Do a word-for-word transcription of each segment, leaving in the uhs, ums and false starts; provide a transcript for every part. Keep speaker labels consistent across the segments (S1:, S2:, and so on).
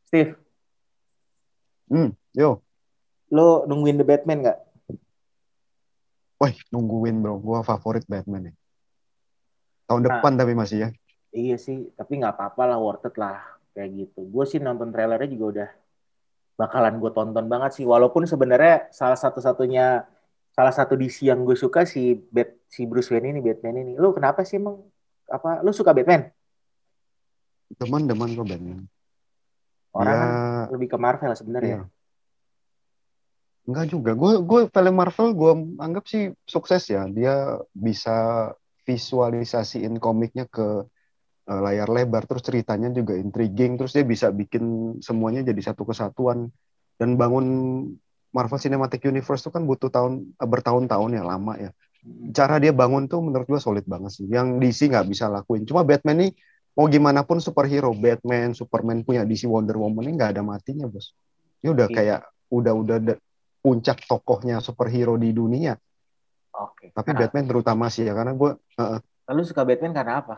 S1: Steve,
S2: Hmm, yo.
S1: lo nungguin The Batman nggak?
S2: Wah, nungguin bro. Gua favorit Batman nih. Tahun
S1: Nah,
S2: depan tapi masih ya.
S1: iya sih, tapi nggak apa-apa lah, worth it lah kayak gitu. Gue sih nonton trailernya juga udah bakalan gue tonton banget sih. Walaupun sebenarnya salah satu-satunya salah satu D C yang gue suka si Bat si Bruce Wayne ini, Batman ini. Lu kenapa sih emang apa? Lu suka Batman?
S2: Demen-demen kok Batman.
S1: Orang
S2: Dia,
S1: kan lebih ke Marvel sebenarnya.
S2: iya. Enggak juga. Gue gue film Marvel gue anggap sih sukses ya. Dia bisa visualisasiin komiknya ke eh, layar lebar. Terus ceritanya juga intriguing. Terus dia bisa bikin semuanya jadi satu kesatuan. Dan bangun Marvel Cinematic Universe itu kan butuh tahun eh, bertahun-tahun ya, lama ya.
S1: Mm-mm.
S2: Cara dia bangun tuh menurut gue solid banget sih. Yang D C nggak bisa lakuin. Cuma Batman nih mau gimana pun superhero, Batman, Superman punya D C, Wonder Woman ini nggak ada matinya bos. Ini udah
S1: Iya.
S2: kayak udah udah de- puncak tokohnya superhero di dunia.
S1: Oke.
S2: Tapi
S1: Nah,
S2: Batman terutama sih ya karena gue uh,
S1: lu suka Batman karena apa?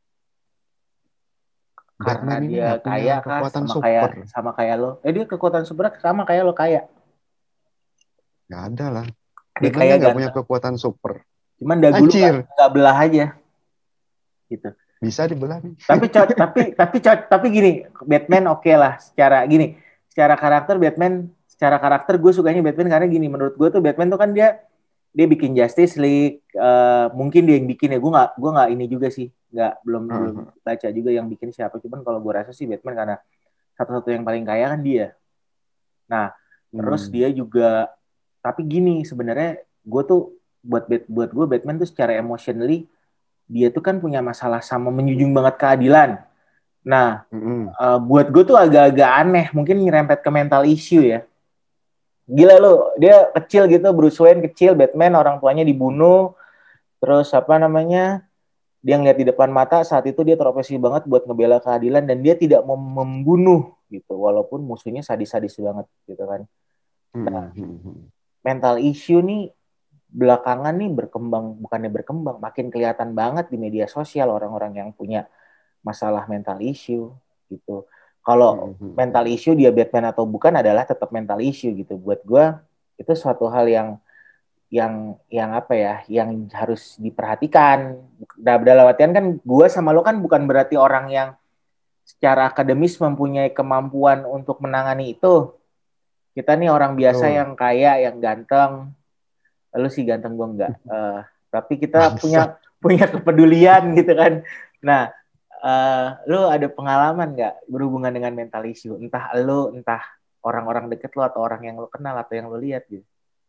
S1: Karena
S2: Batman ini
S1: dia
S2: nggak punya
S1: kaya kah
S2: kekuatan
S1: sama kayak
S2: super,
S1: sama kayak lo? Eh dia kekuatan super sama kayak lo kaya.
S2: nggak ada lah.
S1: Dia
S2: Batman
S1: kaya
S2: kan nggak punya
S1: ganteng.
S2: kekuatan super.
S1: Cuman dagu lu nggak
S2: Anjir,
S1: nggak belah aja gitu.
S2: bisa dibelah nih.
S1: Tapi co- tapi tapi co- tapi gini, Batman oke lah secara gini, secara karakter Batman, secara karakter gue sukanya Batman karena gini, menurut gue tuh Batman tuh kan dia dia bikin Justice League, eh, mungkin dia yang bikin ya, gue nggak gue nggak ini juga sih, nggak belum belum
S2: Uh,
S1: baca juga yang bikin siapa, cuman kalau gue rasa sih Batman karena satu-satu yang paling kaya kan dia. Nah, terus
S2: hmm,
S1: dia juga, tapi gini sebenarnya gue tuh buat buat gue Batman tuh secara emotionally dia tuh kan punya masalah sama menjunjung banget keadilan. Nah,
S2: hmm,
S1: uh, buat gue tuh agak-agak aneh, mungkin nyerempet ke mental issue ya. Gila lu, dia kecil gitu, Bruce Wayne kecil, Batman orang tuanya dibunuh, terus apa namanya, dia ngeliat di depan mata saat itu dia terobsesi banget buat ngebela keadilan dan dia tidak mau membunuh gitu, walaupun musuhnya sadis-sadis banget gitu kan. Nah,
S2: hmm, hmm, hmm.
S1: mental issue nih belakangan nih berkembang, bukannya berkembang, makin kelihatan banget di media sosial orang-orang yang punya masalah mental issue gitu.
S2: Hmm,
S1: Kalau
S2: hmm,
S1: mental
S2: hmm.
S1: issue dia Batman atau bukan adalah tetap mental issue gitu. Buat gue itu suatu hal yang yang yang apa ya, yang harus diperhatikan. Dalam dalam artian kan gue sama lo kan bukan berarti orang yang secara akademis mempunyai kemampuan untuk menangani itu. Kita nih orang biasa
S2: Betul.
S1: yang kaya, yang ganteng. Lu sih ganteng gue enggak. Uh, tapi kita
S2: Bangsat.
S1: punya punya kepedulian gitu kan. Nah, uh, lu ada pengalaman nggak berhubungan dengan mental issue? Entah lu, entah orang-orang deket lu atau orang yang lu kenal atau yang lu lihat gitu.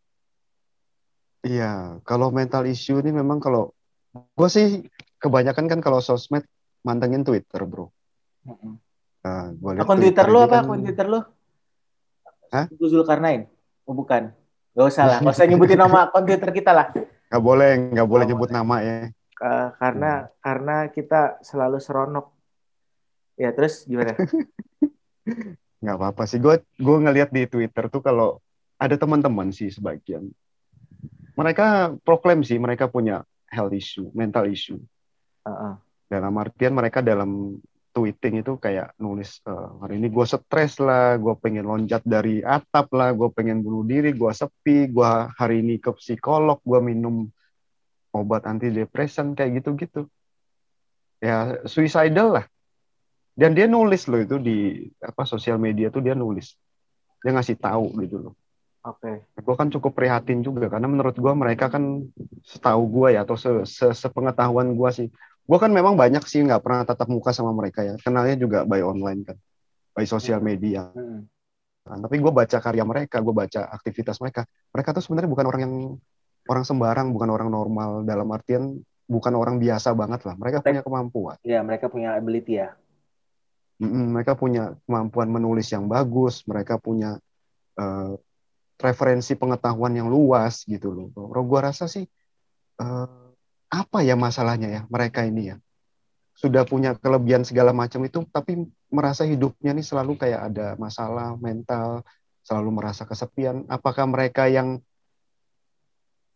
S2: Iya, kalau mental issue ini memang kalau gue sih kebanyakan kan kalau sosmed mantengin Twitter, bro.
S1: Mm-mm.
S2: Nah, gue lihat
S1: Akun Twitter
S2: Twitter
S1: lu
S2: ini
S1: apa?
S2: kan,
S1: Akun Twitter lu?
S2: hah?
S1: Zulkarnain? Oh bukan. Gak usah lah. Gak usah nyebutin nama akun Twitter kita lah.
S2: Nggak boleh, nggak boleh
S1: Gak
S2: nyebut
S1: boleh.
S2: nama ya.
S1: Uh, karena
S2: Hmm.
S1: karena kita selalu seronok. Ya terus gimana?
S2: Nggak apa-apa sih. Gue gue ngelihat di Twitter tuh kalau ada teman-teman sih sebagian. Mereka proklaim sih mereka punya health issue, mental issue.
S1: Uh-uh.
S2: Dalam artian mereka dalam tweeting itu kayak nulis eh, hari ini gue stres lah, gue pengen loncat dari atap lah, gue pengen bunuh diri, gue sepi, gue hari ini ke psikolog, gue minum obat antidepresan kayak gitu-gitu. Ya suicidal lah. Dan dia nulis loh itu di apa sosial media tuh dia nulis, dia ngasih tahu gitu loh.
S1: Oke. Okay.
S2: Gue kan cukup prihatin juga karena menurut gue mereka kan setahu gue ya atau se se sepengetahuan gue sih, gue kan memang banyak sih nggak pernah tatap muka sama mereka ya, kenalnya juga by online kan, by sosial
S1: Hmm.
S2: media.
S1: Hmm.
S2: Nah, tapi gue baca karya mereka, gue baca aktivitas mereka, mereka tuh sebenarnya bukan orang yang orang sembarang, bukan orang normal dalam artian bukan orang biasa banget lah, mereka punya kemampuan.
S1: Ya mereka punya ability ya.
S2: Mm-mm, mereka punya kemampuan menulis yang bagus, mereka punya uh, referensi pengetahuan yang luas gitu loh. Kalau gue rasa sih uh, apa ya masalahnya ya mereka ini ya sudah punya kelebihan segala macam itu, tapi merasa hidupnya nih selalu kayak ada masalah mental, selalu merasa kesepian. Apakah mereka yang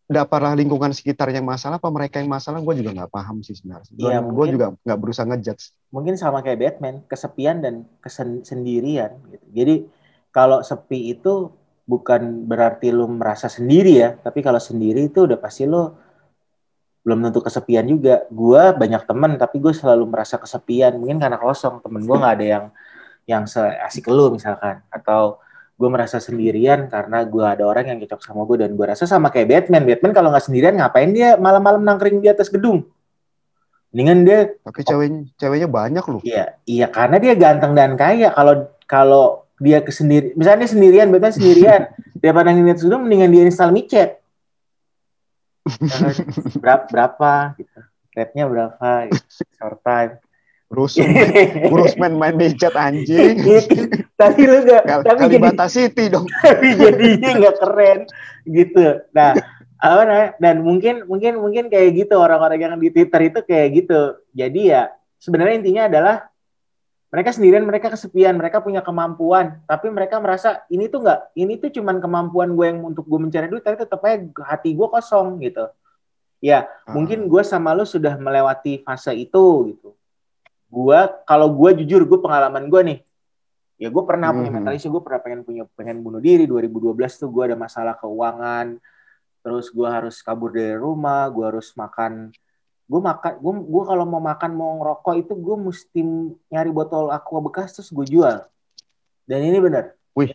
S2: dapatlah lingkungan sekitar yang masalah apa mereka yang masalah, gue juga nggak paham sih sebenarnya.
S1: Iya,
S2: Dan gue
S1: mungkin
S2: juga nggak berusaha ngejudge.
S1: mungkin sama kayak Batman, kesepian dan kesendirian gitu. Jadi kalau sepi itu bukan berarti lu merasa sendiri ya, tapi kalau sendiri itu udah pasti lu belum tentu kesepian juga. Gua banyak temen tapi gue selalu merasa kesepian, mungkin karena kosong, temen gue nggak ada yang yang seasik lu misalkan, atau gue merasa sendirian karena gue ada orang yang cocok sama gue. Dan gue rasa sama kayak Batman. Batman kalau nggak sendirian ngapain dia malam-malam nangkring di atas gedung? Mendingan dia,
S2: Tapi ceweknya ceweknya banyak loh.
S1: iya, iya karena dia ganteng dan kaya. Kalau kalau dia kesendiri, misalnya dia sendirian, Batman sendirian, daripada nangkring di atas gedung, mendingan dia install micet. Ya kan? Berapa, berapa gitu. Rate-nya berapa gitu. Short time.
S2: Rusuh main, kurus main main mecet anjing.
S1: Tapi lu gak,
S2: Kal
S1: tapi jadi
S2: Kalibata City dong.
S1: tapi jadinya nggak keren gitu. Nah, apa namanya? Dan mungkin mungkin mungkin kayak gitu orang-orang yang di Twitter itu kayak gitu. Jadi ya sebenarnya intinya adalah mereka sendirian, mereka kesepian, mereka punya kemampuan, tapi mereka merasa ini tuh nggak, ini tuh cuman kemampuan gue yang untuk gue mencari duit, tapi tetap aja hati gue kosong gitu. Ya, mungkin
S2: Uh,
S1: gue sama lu sudah melewati fase itu gitu. Gue, kalau gue jujur, gue pengalaman gue nih, ya gue pernah punya mental
S2: mm-hmm.
S1: issue, gue pernah pengen punya pengen bunuh diri. Dua ribu dua belas tuh gue ada masalah keuangan, terus gue harus kabur dari rumah, gue harus makan, gue makan, gue gue kalau mau makan mau ngerokok itu gue mesti nyari botol aqua bekas terus gue jual. Dan ini benar,
S2: Wih,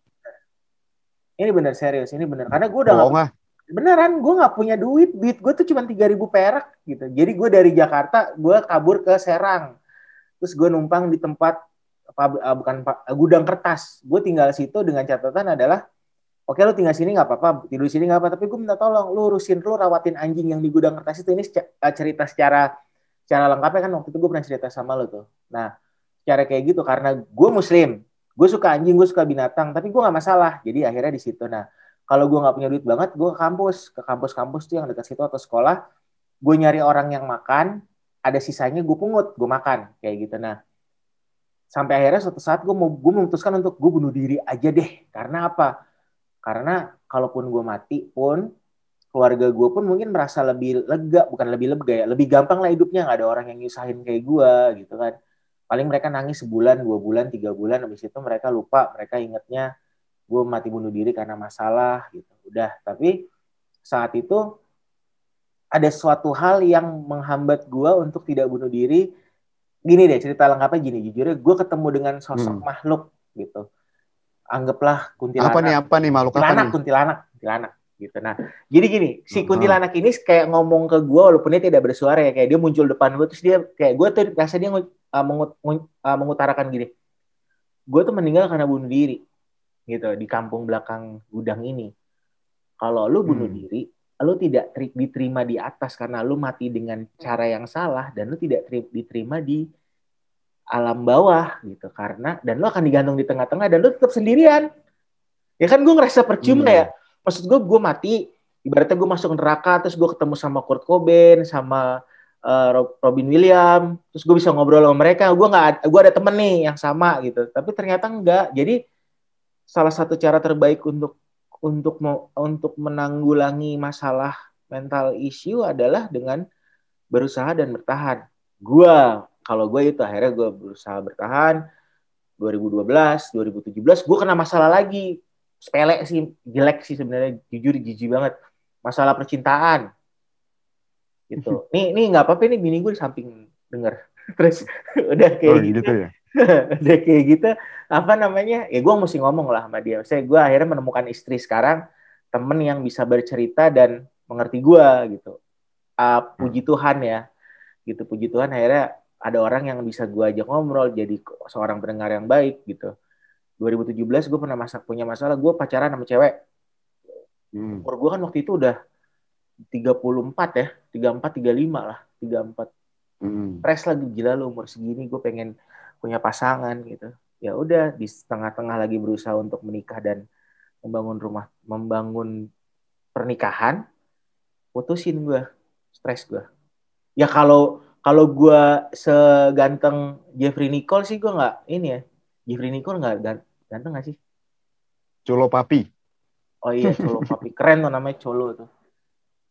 S1: ini benar serius, ini benar karena gue udah gak,
S2: bohong ah.
S1: beneran gue nggak punya duit, duit gue tuh cuma tiga ribu perak gitu. Jadi gue dari Jakarta gue kabur ke Serang, terus gue numpang di tempat bukan gudang kertas. Gue tinggal situ dengan catatan adalah, oke lu tinggal sini nggak apa-apa, tidur di sini nggak apa, tapi gue minta tolong lu urusin, lu rawatin anjing yang di gudang kertas itu. Ini cerita secara secara lengkapnya kan waktu itu gue pernah cerita sama lu tuh. Nah, cara kayak gitu karena gue muslim, gue suka anjing, gue suka binatang, tapi gue nggak masalah. Jadi akhirnya di situ. Nah, kalau gue nggak punya duit banget, gue ke kampus, ke kampus-kampus tuh yang dekat situ atau sekolah, gue nyari orang yang makan, ada sisanya gue pungut, gue makan kayak gitu. Nah, sampai akhirnya suatu saat gue mau gue memutuskan untuk gue bunuh diri aja deh. Karena apa? Karena kalaupun gue mati pun keluarga gue pun mungkin merasa lebih lega, bukan lebih lega ya, lebih gampang lah hidupnya, nggak ada orang yang nyusahin kayak gue gitu kan. Paling mereka nangis sebulan, dua bulan, tiga bulan, habis itu mereka lupa, mereka ingetnya gue mati bunuh diri karena masalah gitu. Udah, tapi saat itu ada suatu hal yang menghambat gue untuk tidak bunuh diri. Gini deh cerita lengkapnya gini, jujur gue ketemu dengan sosok
S2: Hmm.
S1: makhluk gitu. Anggaplah
S2: Apa nih,
S1: kuntilanak.
S2: apa nih, makhluk apa
S1: Kuntilanak,
S2: nih?
S1: kuntilanak, kuntilanak gitu. Nah, jadi gini, si
S2: Uh-huh.
S1: kuntilanak ini kayak ngomong ke gue walaupun dia tidak bersuara ya, kayak dia muncul depan gue terus dia kayak gue tuh rasa dia uh, mengut, uh, mengutarakan gini. Gue tuh meninggal karena bunuh diri gitu di kampung belakang gudang ini. Kalau lu bunuh
S2: Hmm.
S1: diri, lu tidak diterima di atas karena lu mati dengan cara yang salah, dan lu tidak diterima di alam bawah gitu, karena dan lu akan digantung di tengah-tengah dan lu tetap sendirian. Ya kan gue ngerasa percuma ya.
S2: Hmm.
S1: Maksud gue, gue mati, ibaratnya gue masuk neraka, terus gue ketemu sama Kurt Cobain, sama uh, Robin Williams, terus gue bisa ngobrol sama mereka. Gue nggak, gue ada temen nih yang sama gitu. Tapi ternyata enggak. Jadi salah satu cara terbaik untuk untuk untuk menanggulangi masalah mental issue adalah dengan berusaha dan bertahan. Gue, kalau gue itu akhirnya gue berusaha bertahan. dua ribu dua belas, dua ribu tujuh belas gue kena masalah lagi. Sepele sih, jelek sih sebenarnya, jujur jijik banget. Masalah percintaan gitu. Nih nih nggak apa-apa nih, bini gue di samping denger. Terus udah kayak
S2: Oh
S1: gitu,
S2: gitu ya.
S1: udah kayak gitu, apa namanya? Ya gue mesti ngomong lah sama dia. Saya gue akhirnya menemukan istri sekarang, temen yang bisa bercerita dan mengerti gue gitu. Uh, puji Tuhan ya, gitu, puji Tuhan akhirnya ada orang yang bisa gue ajak ngobrol, jadi seorang pendengar yang baik gitu. dua ribu tujuh belas gue pernah masak punya masalah, gue pacaran sama cewek.
S2: Hmm.
S1: Umur gue kan waktu itu udah tiga puluh empat ya, tiga puluh empat, tiga puluh lima lah, tiga puluh empat.
S2: Hmm.
S1: Stres lagi, gila lu umur segini gue pengen punya pasangan gitu. Ya udah di tengah-tengah lagi berusaha untuk menikah dan membangun rumah, membangun pernikahan, putusin gue, stres gue. Ya kalau kalau gue seganteng Jeffrey Nicole sih gue nggak ini ya. Jeffrey Nicole nggak ganteng nggak sih?
S2: Colo Papi.
S1: Oh iya, Colo Papi, keren tuh namanya Colo tuh.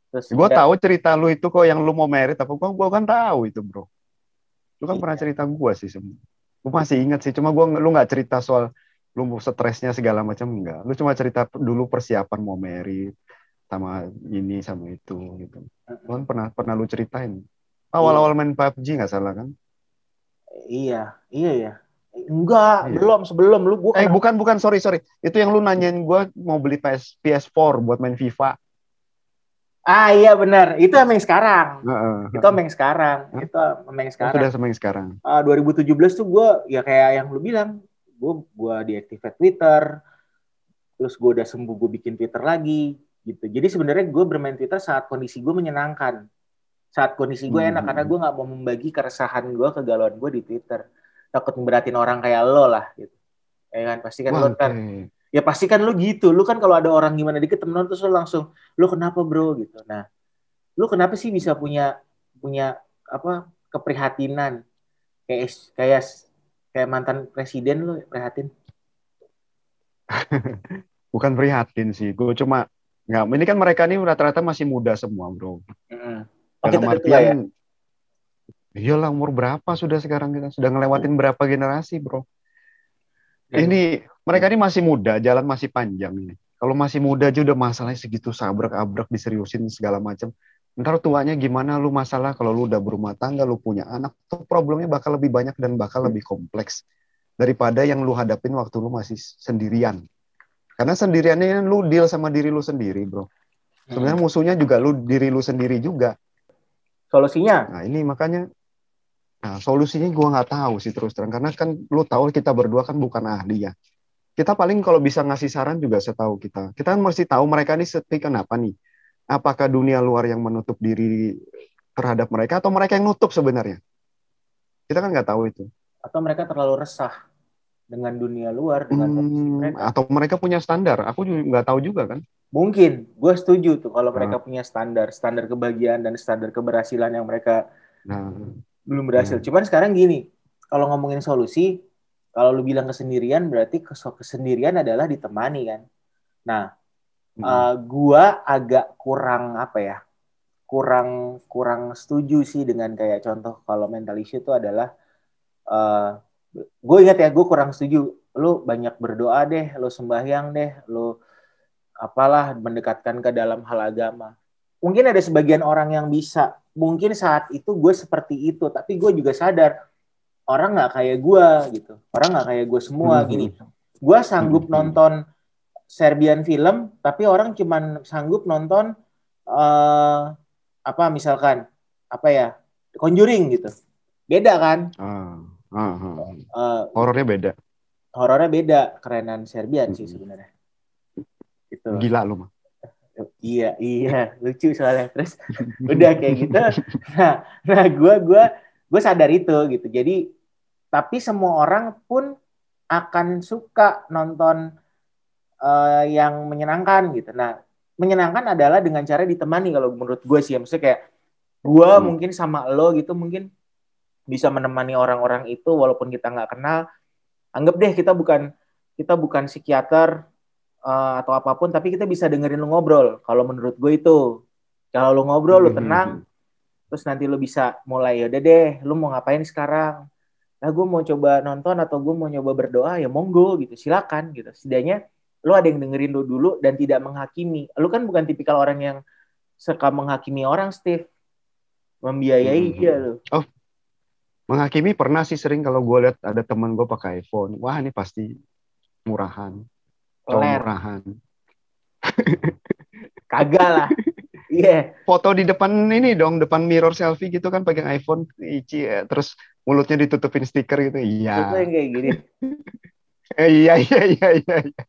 S1: Terus
S2: Gue
S1: ya
S2: tahu cerita lu itu kok yang lu mau merit apa gua gua kan tahu itu bro. Lu kan pernah
S1: iya,
S2: cerita gue sih sebenarnya. Gue masih ingat sih, cuma gua lu nggak cerita soal lu mau stresnya segala macam enggak. Lu cuma cerita dulu persiapan mau merit sama ini sama itu gitu. Lu kan pernah pernah lu ceritain. Awal-awal
S1: iya,
S2: main P U B G nggak salah kan?
S1: iya, iya ya. Enggak,
S2: Iya.
S1: belum sebelum lu gua
S2: Eh
S1: kenal.
S2: bukan bukan sorry sorry. Itu yang lu nanyain gue mau beli P S P S empat buat main FIFA.
S1: Ah iya benar, itu emang sekarang.
S2: Heeh,
S1: Itu
S2: heeh.
S1: emang sekarang.
S2: Hah?
S1: Itu emang
S2: Oh
S1: sekarang.
S2: sudah sama yang sekarang.
S1: Ah, dua ribu tujuh belas tuh gue ya kayak yang lu bilang, gue gua deactivate Twitter, terus gue udah sembuh gue bikin Twitter lagi gitu. Jadi sebenarnya gue bermain Twitter saat kondisi gue menyenangkan, saat kondisi gue enak karena
S2: Hmm.
S1: gue nggak mau membagi keresahan gue, kegalauan gue di Twitter, takut ngeberatin orang kayak lo lah gitu. Ya kan pasti kan
S2: Wah,
S1: lo
S2: oke.
S1: ntar, ya pasti kan lo gitu, lo kan kalau ada orang gimana dikit temen lo terus lo langsung, lo kenapa bro gitu. Nah, lo kenapa sih bisa punya punya apa keprihatinan kayak kayak kayak mantan presiden lo prihatin.
S2: Bukan prihatin sih. Gue cuma nggak. Ini kan mereka ini rata-rata masih muda semua, bro.
S1: Mm-mm. Oh
S2: Dalam
S1: kita udah tua ya.
S2: artian, iyalah umur berapa sudah sekarang kita sudah ngelewatin berapa generasi, bro.
S1: Dan
S2: Ini mereka ini masih muda, jalan masih panjang ini. Kalau masih muda aja udah masalahnya segitu sabrak-abrak diseriusin segala macam. Ntar tuanya gimana lu masalah kalau lu udah berumah tangga, lu punya anak, tuh problemnya bakal lebih banyak dan bakal lebih kompleks daripada yang lu hadapin waktu lu masih sendirian. Karena sendiriannya lu deal sama diri lu sendiri, bro.
S1: mm,
S2: Sebenarnya musuhnya juga lu diri lu sendiri juga.
S1: solusinya
S2: Nah ini makanya, nah, solusinya gua nggak tahu sih terus terang. Karena kan lu tahu kita berdua kan bukan ahli ya. Kita paling kalau bisa ngasih saran juga setahu kita. Kita kan mesti tahu mereka ini sepi kenapa nih. Apakah dunia luar yang menutup diri terhadap mereka atau mereka yang nutup sebenarnya? Kita kan nggak tahu itu.
S1: atau mereka terlalu resah dengan dunia luar dengan kondisi
S2: Hmm,
S1: mereka.
S2: atau mereka punya standar. Aku juga nggak tahu juga kan.
S1: Mungkin gue setuju tuh kalau mereka
S2: Nah,
S1: punya standar standar kebahagiaan dan standar keberhasilan yang mereka
S2: nah,
S1: belum
S2: ya.
S1: berhasil. Cuman sekarang gini, kalau ngomongin solusi, kalau lu bilang kesendirian berarti kesendirian adalah ditemani kan. Nah,
S2: Hmm,
S1: uh, gua agak kurang apa ya? Kurang kurang setuju sih dengan kayak contoh kalau mental issue itu adalah uh, gue ingat ya gue kurang setuju lu banyak berdoa deh lu sembahyang deh lu apalah mendekatkan ke dalam hal agama mungkin ada sebagian orang yang bisa mungkin saat itu gue seperti itu tapi gue juga sadar orang nggak kayak gue gitu orang nggak kayak gue semua gini
S2: hmm,
S1: gue
S2: hmm,
S1: sanggup
S2: hmm.
S1: nonton Serbian film tapi orang cuman sanggup nonton uh, apa misalkan apa ya Conjuring gitu beda kan
S2: Ah, ah, ah.
S1: uh,
S2: Horornya beda.
S1: horornya beda kerenan Serbian sih
S2: Hmm.
S1: sebenarnya gitu.
S2: Gila lu mah.
S1: Iya, iya, lucu soalnya. Terus udah kayak gitu. Nah, nah gue gua gue sadar itu gitu. Jadi tapi semua orang pun akan suka nonton uh, yang menyenangkan gitu. Nah, menyenangkan adalah dengan cara ditemani kalau menurut gue sih. Maksudnya kayak gue
S2: Hmm.
S1: mungkin sama lo gitu mungkin bisa menemani orang-orang itu walaupun kita nggak kenal. Anggap deh kita bukan kita bukan psikiater uh, atau apapun, tapi kita bisa dengerin lu ngobrol. Kalau menurut gue itu, kalau lu ngobrol, lu
S2: Hmm, hmm,
S1: tenang,
S2: hmm.
S1: terus nanti lu bisa mulai, yaudah deh, lu mau ngapain sekarang? Nah, gue mau coba nonton atau gue mau nyoba berdoa, ya monggo gitu, silakan gitu. Setidaknya lu ada yang dengerin lu dulu dan tidak menghakimi. Lu kan bukan tipikal orang yang suka menghakimi orang, Steve.
S2: Hmm,
S1: Membiayai
S2: hmm,
S1: dia
S2: hmm.
S1: lu.
S2: Oh, menghakimi pernah sih sering kalau gue lihat ada teman gue pakai iPhone. Wah, ini pasti murahan, cowok
S1: Ler.
S2: murahan.
S1: Kagak lah. Iya. Yeah.
S2: Foto di depan ini dong, depan mirror selfie gitu kan pegang iPhone, Ici, ya. Terus mulutnya ditutupin stiker gitu. Iya.
S1: Itu yang kayak gini.
S2: Eh, iya, iya, iya, iya. Iya.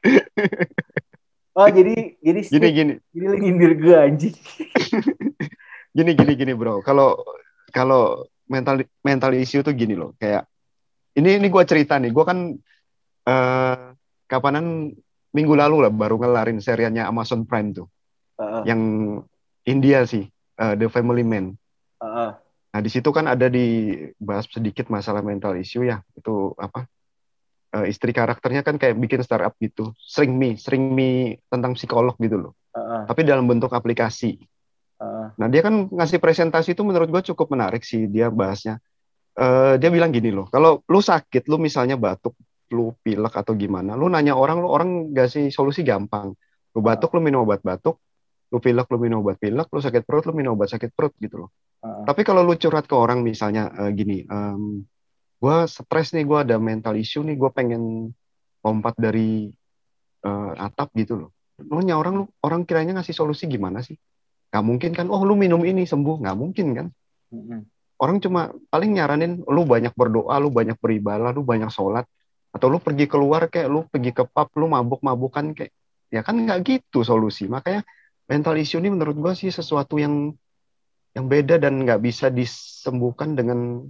S1: Oh, jadi jadi
S2: Gini,
S1: Steve.
S2: gini.
S1: Jadi lu nyindir gue anjing.
S2: Gini, gini, gini, bro. Kalau kalau mental mental issue tuh gini loh. Kayak ini ini gue cerita nih. Gue kan eh, kapanan minggu lalu lah baru ngelarin serialnya Amazon Prime tuh.
S1: Uh,
S2: Yang India sih, eh, The Family Man.
S1: uh, uh,
S2: Nah, di situ kan ada dibahas sedikit masalah mental issue ya. Itu apa? Eh, istri karakternya kan kayak bikin startup gitu. Sering Me, Sering Me tentang psikolog gitu loh.
S1: uh, uh.
S2: Tapi dalam bentuk aplikasi.
S1: Uh,
S2: Nah dia kan ngasih presentasi itu menurut gue cukup menarik sih dia bahasnya. Eh, dia bilang gini loh, kalau lu sakit, lu misalnya batuk, lu pilek atau gimana, lu nanya orang, lu orang kasih solusi gampang. Lu
S1: uh,
S2: batuk, lu minum obat batuk, lu pilek, lu minum obat pilek, lu sakit perut, lu minum obat sakit perut gitu loh.
S1: uh,
S2: Tapi kalau lu curhat ke orang misalnya eh, gini, em, gue stres nih, gue ada mental issue nih, gue pengen lompat dari eh, atap gitu loh. Lu nanya orang, lu orang kiranya ngasih solusi gimana sih? Gak mungkin kan, oh lu minum ini sembuh, nggak mungkin kan?
S1: uh,
S2: Orang cuma paling nyaranin lu banyak berdoa, lu banyak beribadah, lu banyak sholat, atau lu pergi keluar kayak lu pergi ke pub, lu mabuk-mabukan kayak, ya kan nggak gitu solusi. Makanya mental issue ini menurut gua sih sesuatu yang yang beda dan nggak bisa disembuhkan dengan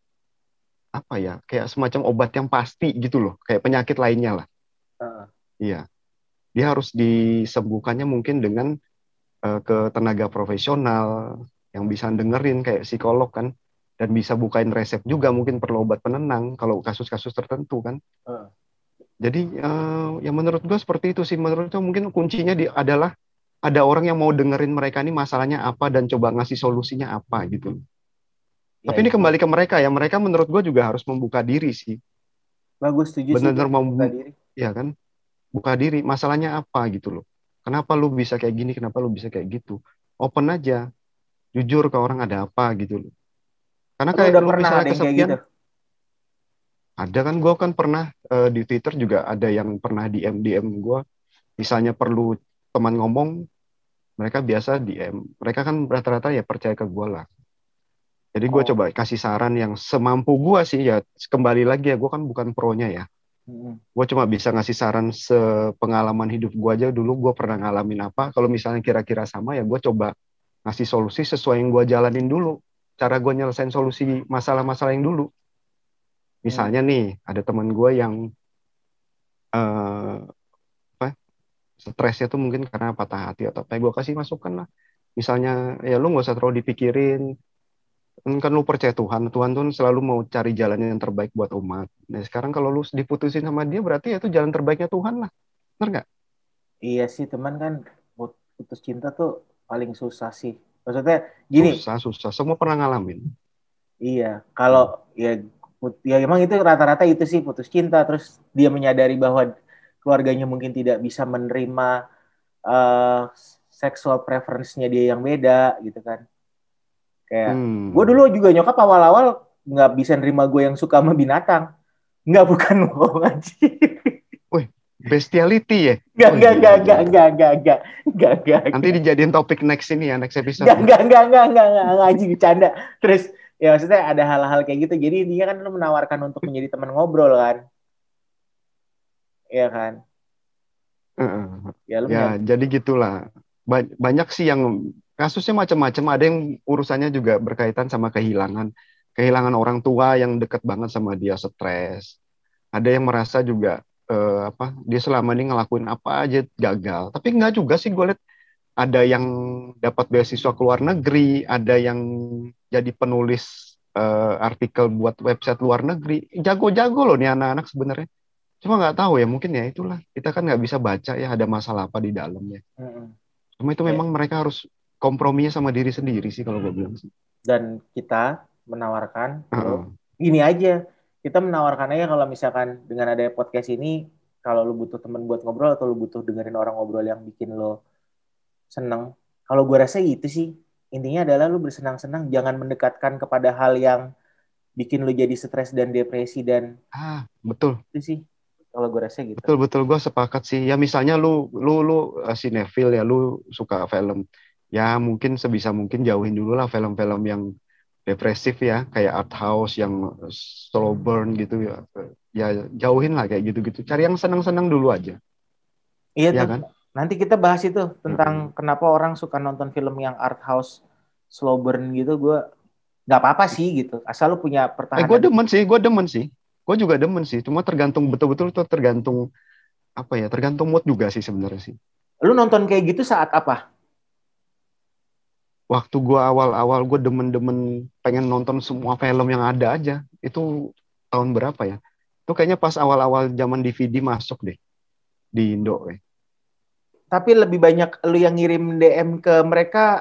S2: apa ya, kayak semacam obat yang pasti gitu loh, kayak penyakit lainnya lah.
S1: uh.
S2: Iya, dia harus disembuhkannya mungkin dengan eh, ke tenaga profesional yang bisa dengerin kayak psikolog kan, dan bisa bukain resep juga mungkin perlu obat penenang kalau kasus-kasus tertentu kan.
S1: uh.
S2: Jadi eh, ya menurut gue seperti itu sih. Menurut gue mungkin kuncinya di, adalah ada orang yang mau dengerin mereka ini masalahnya apa dan coba ngasih solusinya apa gitu.
S1: Ya
S2: Tapi ini
S1: itu
S2: kembali ke mereka ya. Mereka menurut gue juga harus membuka diri sih.
S1: bagus, setuju sih itu
S2: Benar-benar mau
S1: buka diri.
S2: ya kan, buka diri. Masalahnya apa gitu loh. Kenapa lu bisa kayak gini? Kenapa lu bisa kayak gitu? Open aja, jujur ke orang ada apa gitu loh. Karena
S1: Lu
S2: kayak
S1: udah
S2: lu
S1: pernah
S2: misalnya
S1: ada yang kayak
S2: kesepian,
S1: gitu?
S2: ada kan gue kan pernah eh, di Twitter juga ada yang pernah D M D M gue, misalnya perlu teman ngomong, mereka biasa D M. Mereka kan rata-rata ya percaya ke gue lah. Jadi gue
S1: Oh.
S2: coba kasih saran yang semampu gue sih ya. Kembali lagi ya, gue kan bukan pronya ya.
S1: Mm-mm.
S2: Gue cuma bisa ngasih saran sepengalaman hidup gue aja. Dulu gue pernah ngalamin apa. Kalau misalnya kira-kira sama ya gue coba ngasih solusi sesuai yang gue jalanin dulu. Cara gue nyelesain solusi masalah-masalah yang dulu.
S1: Mm.
S2: Misalnya nih, ada teman gue yang eh, apa, stresnya tuh mungkin karena patah hati atau apa. Gue kasih masukan lah. Misalnya, ya lu nggak usah terlalu dipikirin. Kan lu percaya Tuhan. Tuhan tuh selalu mau cari jalan yang terbaik buat umat. Nah sekarang kalau lu diputusin sama dia, berarti ya itu jalan terbaiknya Tuhan lah. Bener nggak?
S1: Iya sih teman kan, put- putus cinta tuh paling susah sih. Maksudnya gini,
S2: Susah, susah. Semua pernah ngalamin.
S1: iya kalau
S2: Hmm.
S1: ya put- ya emang itu rata-rata itu sih putus cinta, terus dia menyadari bahwa keluarganya mungkin tidak bisa menerima eh seksual preference-nya dia yang beda gitu kan. Kayak gue dulu
S2: Hmm.
S1: juga nyokap awal-awal nggak bisa nerima gue yang suka sama binatang. Nggak, bukan bohong aja.
S2: Wih, bestiality ya?
S1: Nggak,
S2: Wih,
S1: nggak,
S2: gila,
S1: nggak, nggak,
S2: gila.
S1: nggak, nggak, nggak, nggak, nggak,
S2: Nanti
S1: nggak.
S2: dijadiin topik next ini ya, next episode
S1: Nggak,
S2: ya.
S1: nggak, nggak, nggak, nggak, nggak, nggak, anjing bercanda. Terus ya maksudnya ada hal-hal kayak gitu. Jadi dia kan lu menawarkan untuk menjadi teman ngobrol kan. Iya kan.
S2: Heeh.
S1: Ya lu
S2: Ya,
S1: menyadari.
S2: jadi gitulah. Ba- Banyak sih yang kasusnya macam-macam. Ada yang urusannya juga berkaitan sama kehilangan. Kehilangan orang tua yang dekat banget sama dia, stres. Ada yang merasa juga eh, apa dia selama ini ngelakuin apa aja gagal. Tapi enggak juga sih gue lihat, ada yang dapat beasiswa ke luar negeri, ada yang jadi penulis eh, artikel buat website luar negeri. Jago-jago loh nih anak-anak sebenarnya. Cuma nggak tahu ya, mungkin ya itulah, kita kan nggak bisa baca ya ada masalah apa di dalamnya.
S1: Mm-mm.
S2: Cuma itu
S1: Ya,
S2: memang mereka harus komprominya sama diri sendiri sih kalau gue bilang sih.
S1: dan kita menawarkan
S2: Heeh.
S1: lo gini aja. Kita menawarkan aja kalau misalkan dengan ada podcast ini, kalau lu butuh teman buat ngobrol atau lu butuh dengerin orang ngobrol yang bikin lo seneng. Kalau gue rasa itu sih intinya adalah lu bersenang-senang, jangan mendekatkan kepada hal yang bikin lu jadi stres dan depresi dan
S2: Ah, betul.
S1: itu sih kalau gue rasa gitu.
S2: Betul betul gue sepakat sih. Ya misalnya lu lu lu uh, sinetfil ya, lu suka film. Ya mungkin sebisa mungkin jauhin dulu lah film-film yang depresif ya, kayak art house yang uh, slow burn gitu ya. Ya jauhin lah kayak gitu-gitu. Cari yang senang-senang dulu aja.
S1: Iya
S2: Ya
S1: tuh.
S2: kan?
S1: Nanti kita bahas itu tentang
S2: Mm-mm.
S1: kenapa orang suka nonton film yang art house slow burn gitu. Gue nggak apa-apa sih gitu. Asal lu punya
S2: Eh gue
S1: pertahanan.
S2: demen sih, gue demen sih. Gue juga demen sih. Cuma tergantung betul-betul tuh tergantung apa ya? Tergantung mood juga sih sebenarnya sih.
S1: Lu nonton kayak gitu saat apa?
S2: Waktu gue awal-awal gue demen-demen pengen nonton semua film yang ada aja. Itu tahun berapa ya? Itu kayaknya pas awal-awal zaman D V D masuk deh di Indo. Eh.
S1: Tapi lebih banyak lu yang ngirim D M ke mereka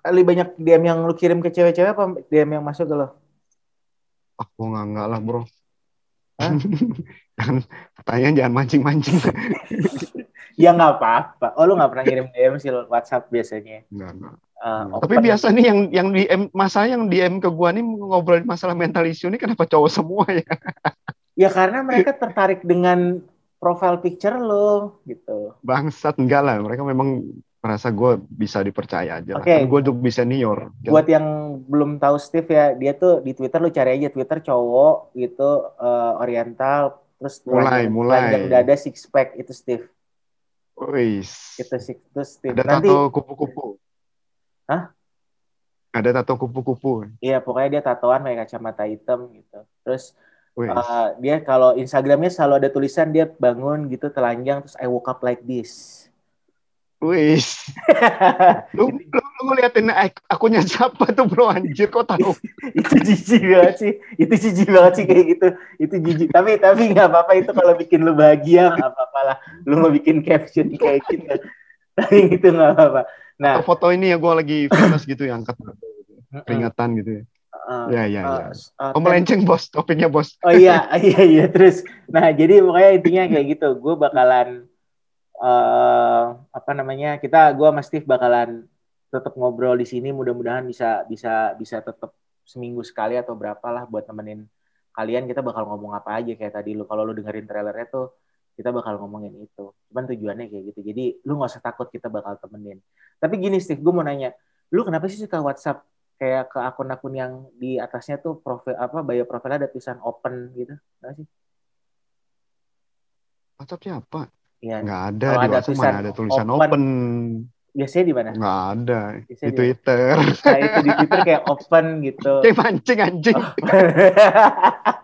S1: Lebih banyak D M yang lu kirim ke cewek-cewek apa D M yang masuk ke lo?
S2: Ah, gua nggak nggak lah bro.
S1: Hah?
S2: Jangan, pertanyaan jangan mancing-mancing.
S1: Ya nggak apa-apa. Oh, lu nggak pernah ngirim D M sih lo, WhatsApp biasanya.
S2: Enggak, enggak.
S1: Uh,
S2: Enggak. Tapi
S1: open.
S2: biasa nih yang yang D M, masa yang D M ke gua nih ngobrolin masalah mental issue nih kenapa cowok semua ya?
S1: Ya karena mereka tertarik dengan profile picture lo gitu.
S2: Bangsat, enggak lah. Mereka memang merasa gue bisa dipercaya aja lah.
S1: Oke,
S2: Kan gue juga bisa senior.
S1: buat yang belum tahu Steve ya, dia tuh di Twitter lu cari aja Twitter cowok gitu, uh, oriental, terus
S2: Mulai,
S1: telanjang,
S2: mulai.
S1: telanjang dada six pack itu Steve.
S2: Wis.
S1: Itu six itu Steve.
S2: Ada
S1: Nanti,
S2: tato kupu-kupu.
S1: hah?
S2: Ada tato kupu-kupu.
S1: Iya, pokoknya dia tatoan pakai kacamata hitam gitu. Terus
S2: Wis.
S1: uh, dia kalau Instagramnya selalu ada tulisan dia bangun gitu telanjang terus I woke up like this.
S2: Wis. Lu, lu, lu ngeliatin ak- akunnya siapa tuh bro, anjir kok tahu?
S1: Itu jijik banget sih. Itu jijik banget sih kayak gitu. Itu jijik. Tapi tapi nggak apa-apa itu kalau bikin lu bahagia nggak apa-apa lah. Lu mau bikin caption kayak gitu. Tapi itu nggak apa-apa. Nah,
S2: Atau foto ini ya gue lagi fitness gitu ya, angkat peringatan gitu ya.
S1: Uh,
S2: Ya, ya,
S1: uh,
S2: ya.
S1: uh,
S2: Oh, melenceng bos, topiknya bos.
S1: Oh iya, iya, iya. Terus, nah jadi pokoknya intinya kayak gitu. Gue bakalan uh, apa namanya? Kita, gue sama Steve bakalan tetap ngobrol di sini. Mudah-mudahan bisa bisa bisa tetap seminggu sekali atau berapa lah buat nemenin kalian. Kita bakal ngomong apa aja kayak tadi lu. Kalau lu dengerin trailernya tuh kita bakal ngomongin itu. Cuman tujuannya kayak gitu. Jadi lu nggak usah takut kita bakal temenin. Tapi gini Steve, gue mau nanya, lu kenapa sih suka WhatsApp? Kayak ke akun-akun yang di atasnya tuh profil apa bio profilnya ada tulisan open gitu, nggak sih?
S2: WhatsApp apa?
S1: Iya.
S2: Nggak ada
S1: Kalau
S2: di
S1: ada
S2: WhatsApp,
S1: tulisan
S2: mana ada tulisan
S1: open,
S2: open.
S1: biasanya di mana?
S2: Nggak ada.
S1: Biasanya
S2: Di
S1: di mana?
S2: Twitter.
S1: Nah itu di Twitter kayak open gitu.
S2: Kayak mancing anjing.
S1: Oh.